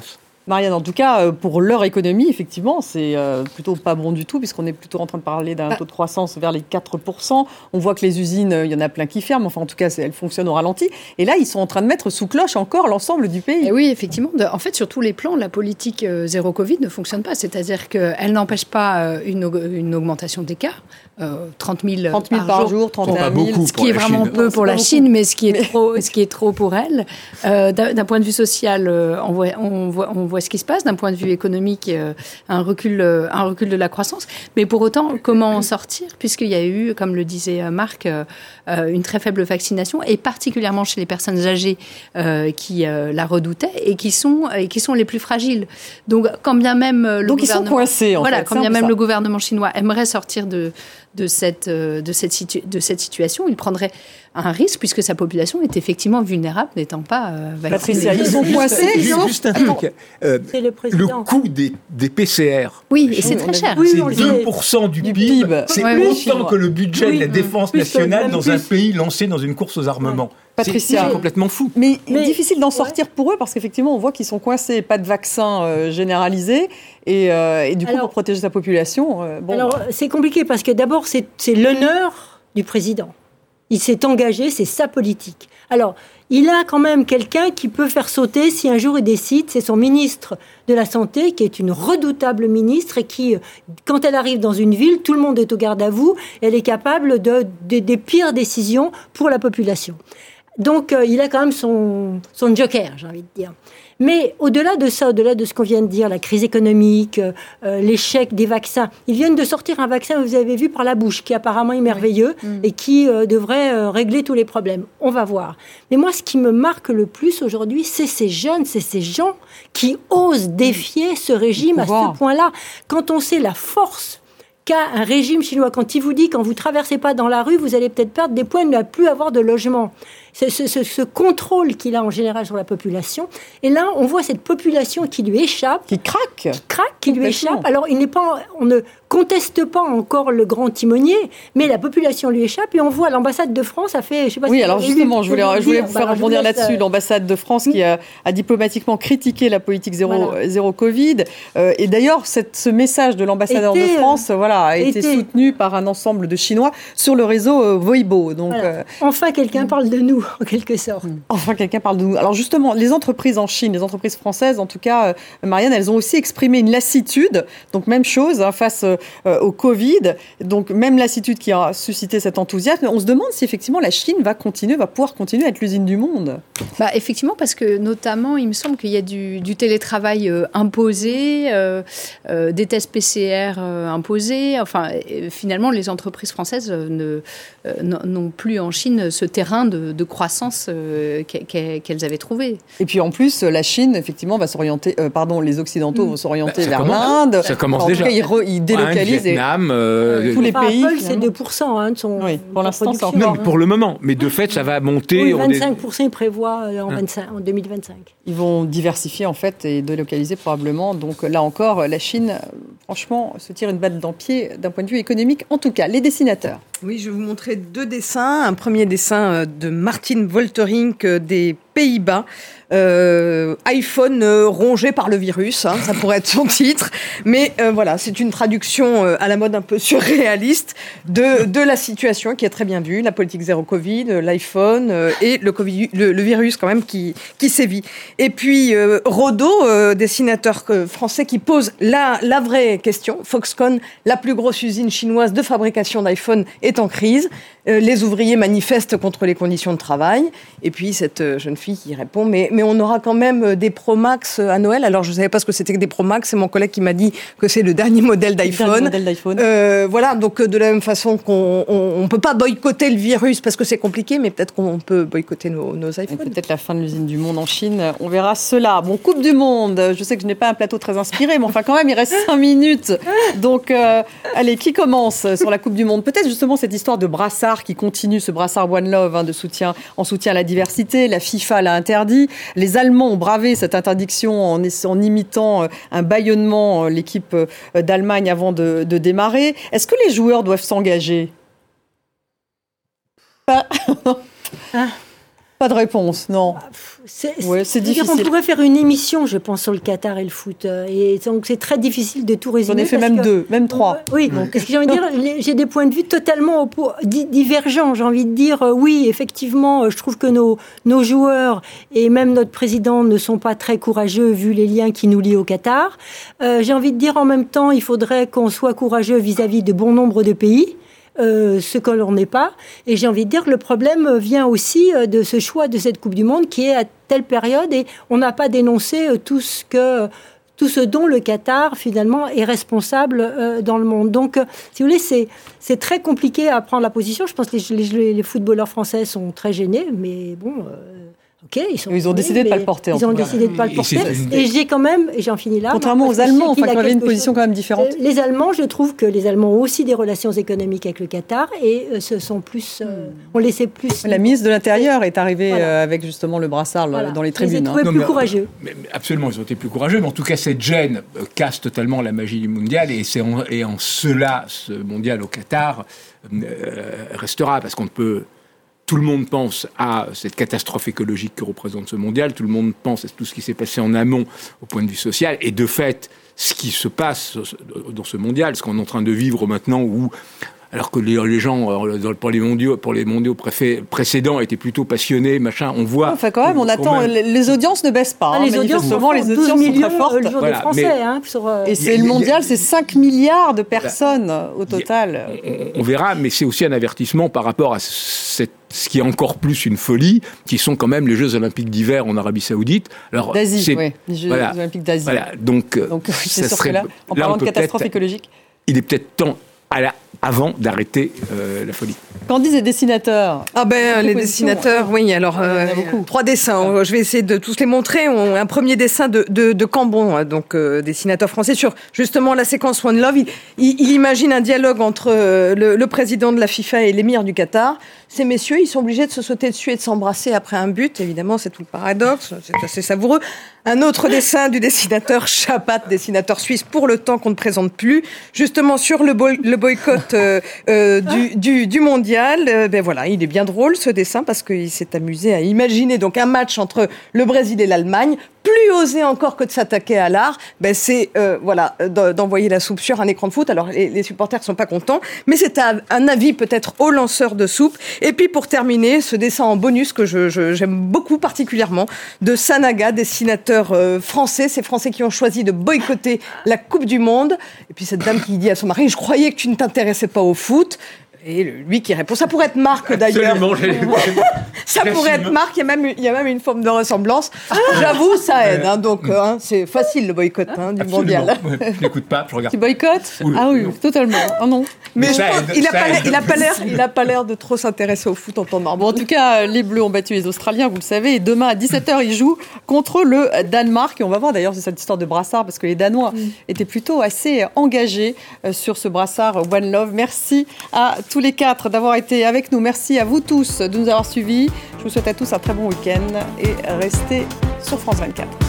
Marianne, en tout cas, pour leur économie, effectivement, c'est plutôt pas bon du tout, puisqu'on est plutôt en train de parler d'un taux de croissance vers les quatre pour cent. On voit que les usines, il y en a plein qui ferment, enfin en tout cas, elles fonctionnent au ralenti. Et là, ils sont en train de mettre sous cloche encore l'ensemble du pays. Et oui, effectivement. En fait, sur tous les plans, la politique zéro Covid ne fonctionne pas. C'est-à-dire qu'elle n'empêche pas une, une augmentation des cas. Euh, trente mille, trente mille par, par jour, trente et un mille, ce qui est vraiment Chine. peu pour la Chine, mais ce qui est trop, ce qui est trop pour elle. Euh, d'un, d'un point de vue social, euh, on, voit, on, voit, on voit ce qui se passe. D'un point de vue économique, euh, un recul, euh, un recul de la croissance. Mais pour autant, comment en sortir, puisqu'il y a eu, comme le disait Marc, euh, une très faible vaccination, et particulièrement chez les personnes âgées euh, qui euh, la redoutaient et qui sont, et qui sont les plus fragiles. Donc, quand bien même le Donc gouvernement, ils sont coincés, en voilà, fait, quand bien même ça. le gouvernement chinois aimerait sortir de de cette, de, cette situ- de cette situation, il prendrait un risque puisque sa population est effectivement vulnérable n'étant pas euh, vaccinée. Patricia, ils sont coincés. Juste, juste un truc. Euh, C'est le, le coût des, des P C R. Oui, et c'est très cher. C'est deux pour cent du, du P I B. P I B. C'est ouais, autant oui. que le budget oui, de la défense oui, nationale dans plus. un pays lancé dans une course aux armements. Ouais. Patricia, c'est complètement fou. Mais, mais difficile d'en sortir ouais. pour eux parce qu'effectivement, on voit qu'ils sont coincés, pas de vaccin euh, généralisé. Et, euh, et du coup, alors, pour protéger sa population... Euh, bon, alors, c'est compliqué parce que d'abord, c'est, c'est l'honneur du président. Il s'est engagé, c'est sa politique. Alors, il a quand même quelqu'un qui peut faire sauter si un jour il décide, c'est son ministre de la Santé, qui est une redoutable ministre et qui, quand elle arrive dans une ville, tout le monde est au garde à vous, elle est capable de, de, des pires décisions pour la population. Donc, euh, il a quand même son, son joker, j'ai envie de dire. Mais au-delà de ça, au-delà de ce qu'on vient de dire, la crise économique, euh, l'échec des vaccins, ils viennent de sortir un vaccin, vous avez vu, par la bouche, qui apparemment est merveilleux oui. et qui euh, devrait euh, régler tous les problèmes. On va voir. Mais moi, ce qui me marque le plus aujourd'hui, c'est ces jeunes, c'est ces gens qui osent défier ce régime à ce point-là. Quand on sait la force qu'a un régime chinois, quand il vous dit, quand vous ne traversez pas dans la rue, vous allez peut-être perdre des points, il ne va plus avoir de logement. C'est ce, ce, ce contrôle qu'il a en général sur la population. Et là, on voit cette population qui lui échappe. Qui craque. Qui craque, qui lui échappe. Alors, il n'est pas, on ne conteste pas encore le grand timonier, mais la population lui échappe. Et on voit l'ambassade de France a fait... Je sais pas oui, si alors justement, je voulais, je voulais vous faire bah, rebondir là-dessus. Euh... L'ambassade de France qui a, a diplomatiquement critiqué la politique zéro, voilà. zéro Covid. Euh, et d'ailleurs, cette, ce message de l'ambassadeur était, de France euh, voilà, a été, été soutenu par un ensemble de Chinois sur le réseau euh, Weibo. Donc, voilà. euh, enfin, quelqu'un mmh. parle de nous. En quelque sorte. Enfin, quelqu'un parle de nous. Alors justement, les entreprises en Chine, les entreprises françaises, en tout cas, euh, Marianne, elles ont aussi exprimé une lassitude. Donc même chose hein, face euh, au Covid. Donc même lassitude qui a suscité cet enthousiasme. On se demande si effectivement la Chine va continuer, va pouvoir continuer à être l'usine du monde. Bah effectivement, parce que notamment, il me semble qu'il y a du, du télétravail euh, imposé, euh, euh, des tests P C R euh, imposés. Enfin, euh, finalement, les entreprises françaises euh, ne, euh, n'ont plus en Chine ce terrain de, de croissance Euh, qu'elles avaient trouvé. Et puis en plus, la Chine, effectivement, va s'orienter, euh, euh, pardon, les Occidentaux mmh. vont s'orienter bah, vers commence, l'Inde. Ça commence en déjà. En tout cas, ils, re, ils délocalisent. Inde, Vietnam, euh, tous les enfin, pays. Apple, c'est deux pour cent hein, de son. Oui, pour l'instant, c'est encore. Non, mais pour le moment. Mais de fait, ça va monter. Oui, vingt-cinq pour cent ils prévoient en, hein. vingt-cinq, en deux mille vingt-cinq. Ils vont diversifier, en fait, et délocaliser probablement. Donc là encore, la Chine, franchement, se tire une balle dans le pied d'un point de vue économique. En tout cas, les dessinateurs. Oui, je vais vous montrer deux dessins. Un premier dessin de Martin Wolterink des Pays-Bas. Euh, iPhone euh, rongé par le virus, hein, ça pourrait être son titre. Mais euh, voilà, c'est une traduction euh, à la mode un peu surréaliste de, de la situation qui est très bien vue. La politique zéro Covid, euh, l'iPhone euh, et le, COVID, le, le virus quand même qui, qui sévit. Et puis euh, Rodo, euh, dessinateur français qui pose la, la vraie question. Foxconn, la plus grosse usine chinoise de fabrication d'iPhone, est en crise. Euh, les ouvriers manifestent contre les conditions de travail. Et puis cette euh, jeune fille qui répond, mais, mais on aura quand même des Pro Max à Noël. Alors je ne savais pas ce que c'était que des Pro Max. C'est mon collègue qui m'a dit que c'est le dernier modèle d'iPhone. Le dernier modèle d'iPhone. Euh, voilà, donc de la même façon qu'on ne peut pas boycotter le virus parce que c'est compliqué, mais peut-être qu'on peut boycotter nos, nos iPhones. Et peut-être la fin de l'usine du monde en Chine. On verra cela. Bon, Coupe du Monde. Je sais que je n'ai pas un plateau très inspiré, mais enfin quand même, il reste cinq minutes. Donc, euh, allez, qui commence sur la Coupe du Monde? Peut-être justement cette histoire de brassard qui continue, ce brassard One Love hein, de soutien, en soutien à la diversité. La FIFA l'a interdit. Les Allemands ont bravé cette interdiction en, en imitant un bâillonnement, l'équipe d'Allemagne avant de, de démarrer. Est-ce que les joueurs doivent s'engager? ah. Pas de réponse, non. C'est, ouais, c'est difficile. Dire, on pourrait faire une émission, je pense, sur le Qatar et le foot. Et donc, c'est très difficile de tout résumer. On en fait même que, deux, même trois. Oui, donc, parce que j'ai envie de dire, j'ai des points de vue totalement divergents. J'ai envie de dire, oui, effectivement, je trouve que nos, nos joueurs et même notre président ne sont pas très courageux vu les liens qui nous lient au Qatar. Euh, j'ai envie de dire, en même temps, il faudrait qu'on soit courageux vis-à-vis de bon nombre de pays. Euh, ce que l'on n'est pas. Et j'ai envie de dire que le problème vient aussi de ce choix de cette Coupe du Monde qui est à telle période et on n'a pas dénoncé tout ce que... tout ce dont le Qatar, finalement, est responsable euh, dans le monde. Donc, euh, si vous voulez, c'est, c'est très compliqué à prendre la position. Je pense que les, les, les footballeurs français sont très gênés, mais bon... Euh, ok, ils, sont ils ont décidé de ne pas le porter. Ils ont décidé de ne pas le porter. Et, et j'ai quand même, et j'en finis là... Contrairement aux Allemands, enfin, qui avaient une position quand même différente. Les Allemands, je trouve que les Allemands ont aussi des relations économiques avec le Qatar et euh, ce sont plus... Euh, on laissait plus... La ministre de l'Intérieur est arrivée voilà. euh, avec justement le brassard voilà. dans les tribunes. Ils étaient hein. plus non, courageux. Mais, mais absolument, ils ont été plus courageux. Mais en tout cas, cette gêne euh, casse totalement la magie du mondial et, c'est en, et en cela, ce mondial au Qatar euh, restera parce qu'on ne peut... Tout le monde pense à cette catastrophe écologique que représente ce mondial. Tout le monde pense à tout ce qui s'est passé en amont au point de vue social. Et de fait, ce qui se passe dans ce mondial, ce qu'on est en train de vivre maintenant, où, alors que les, les gens, pour les mondiaux, pour les mondiaux préfé, précédents, étaient plutôt passionnés, machin, on voit... Enfin, quand même, on, on attend... Même... Les audiences ne baissent pas. Ah, hein, les audiences sont, les audiences sont très fortes. Le jour voilà, des Français, mais, hein, sur, euh... Et c'est, le mondial, c'est cinq milliards de personnes voilà. au total. On, on verra, mais c'est aussi un avertissement par rapport à cette ce qui est encore plus une folie, qui sont quand même les Jeux Olympiques d'hiver en Arabie Saoudite. Alors, d'Asie, c'est, oui, les Jeux voilà, Olympiques d'Asie. Voilà, donc, donc c'est sûr que là, en parlant de catastrophe écologique... Il est peut-être temps, à la, avant d'arrêter euh, la folie. Qu'en disent les dessinateurs? Ah ben les dessinateurs, oui. Alors euh, trois dessins. Je vais essayer de tous les montrer. On, un premier dessin de, de, de Cambon, donc euh, dessinateur français, sur justement la séquence One Love. Il, il, il imagine un dialogue entre euh, le, le président de la FIFA et l'émir du Qatar. Ces messieurs, ils sont obligés de se sauter dessus et de s'embrasser après un but. Évidemment, c'est tout le paradoxe. C'est assez savoureux. Un autre dessin du dessinateur Chapat, dessinateur suisse, pour le temps qu'on ne présente plus, justement sur le, boy, le boycott euh, euh, du, du, du mondial. Euh, ben voilà, il est bien drôle ce dessin parce qu'il s'est amusé à imaginer donc un match entre le Brésil et l'Allemagne. Plus osé encore que de s'attaquer à l'art, ben c'est euh, voilà d'envoyer la soupe sur un écran de foot. Alors les, les supporters sont pas contents, mais c'est un, un avis peut-être aux lanceurs de soupe. Et puis pour terminer, ce dessin en bonus que je, je, j'aime beaucoup particulièrement de Sanaga, dessinateur euh, français. Ces Français qui ont choisi de boycotter la Coupe du Monde. Et puis cette dame qui dit à son mari: je croyais que tu ne t'intéressais pas au foot. Et lui qui répond, ça pourrait être Marc d'ailleurs. Absolument, j'ai, ça j'ai pourrait être Marc, il y, a même, il y a même une forme de ressemblance. J'avoue, ça aide, hein, donc hein, c'est facile le boycott hein, du Absolument. mondial. Ouais, je n'écoute pas, je regarde. Tu boycottes? Oui. Ah oui, non. Totalement. Ah non. Mais, Mais je pense, aide, il n'a pas, pas, l'air, il a pas l'air de trop s'intéresser au foot en temps normal. Bon, en tout cas, les Bleus ont battu les Australiens, vous le savez, et demain à dix-sept heures, ils jouent contre le Danemark. Et on va voir d'ailleurs cette histoire de brassard, parce que les Danois mm. étaient plutôt assez engagés sur ce brassard One Love. Merci à tous les quatre d'avoir été avec nous. Merci à vous tous de nous avoir suivis. Je vous souhaite à tous un très bon week-end et restez sur France vingt-quatre.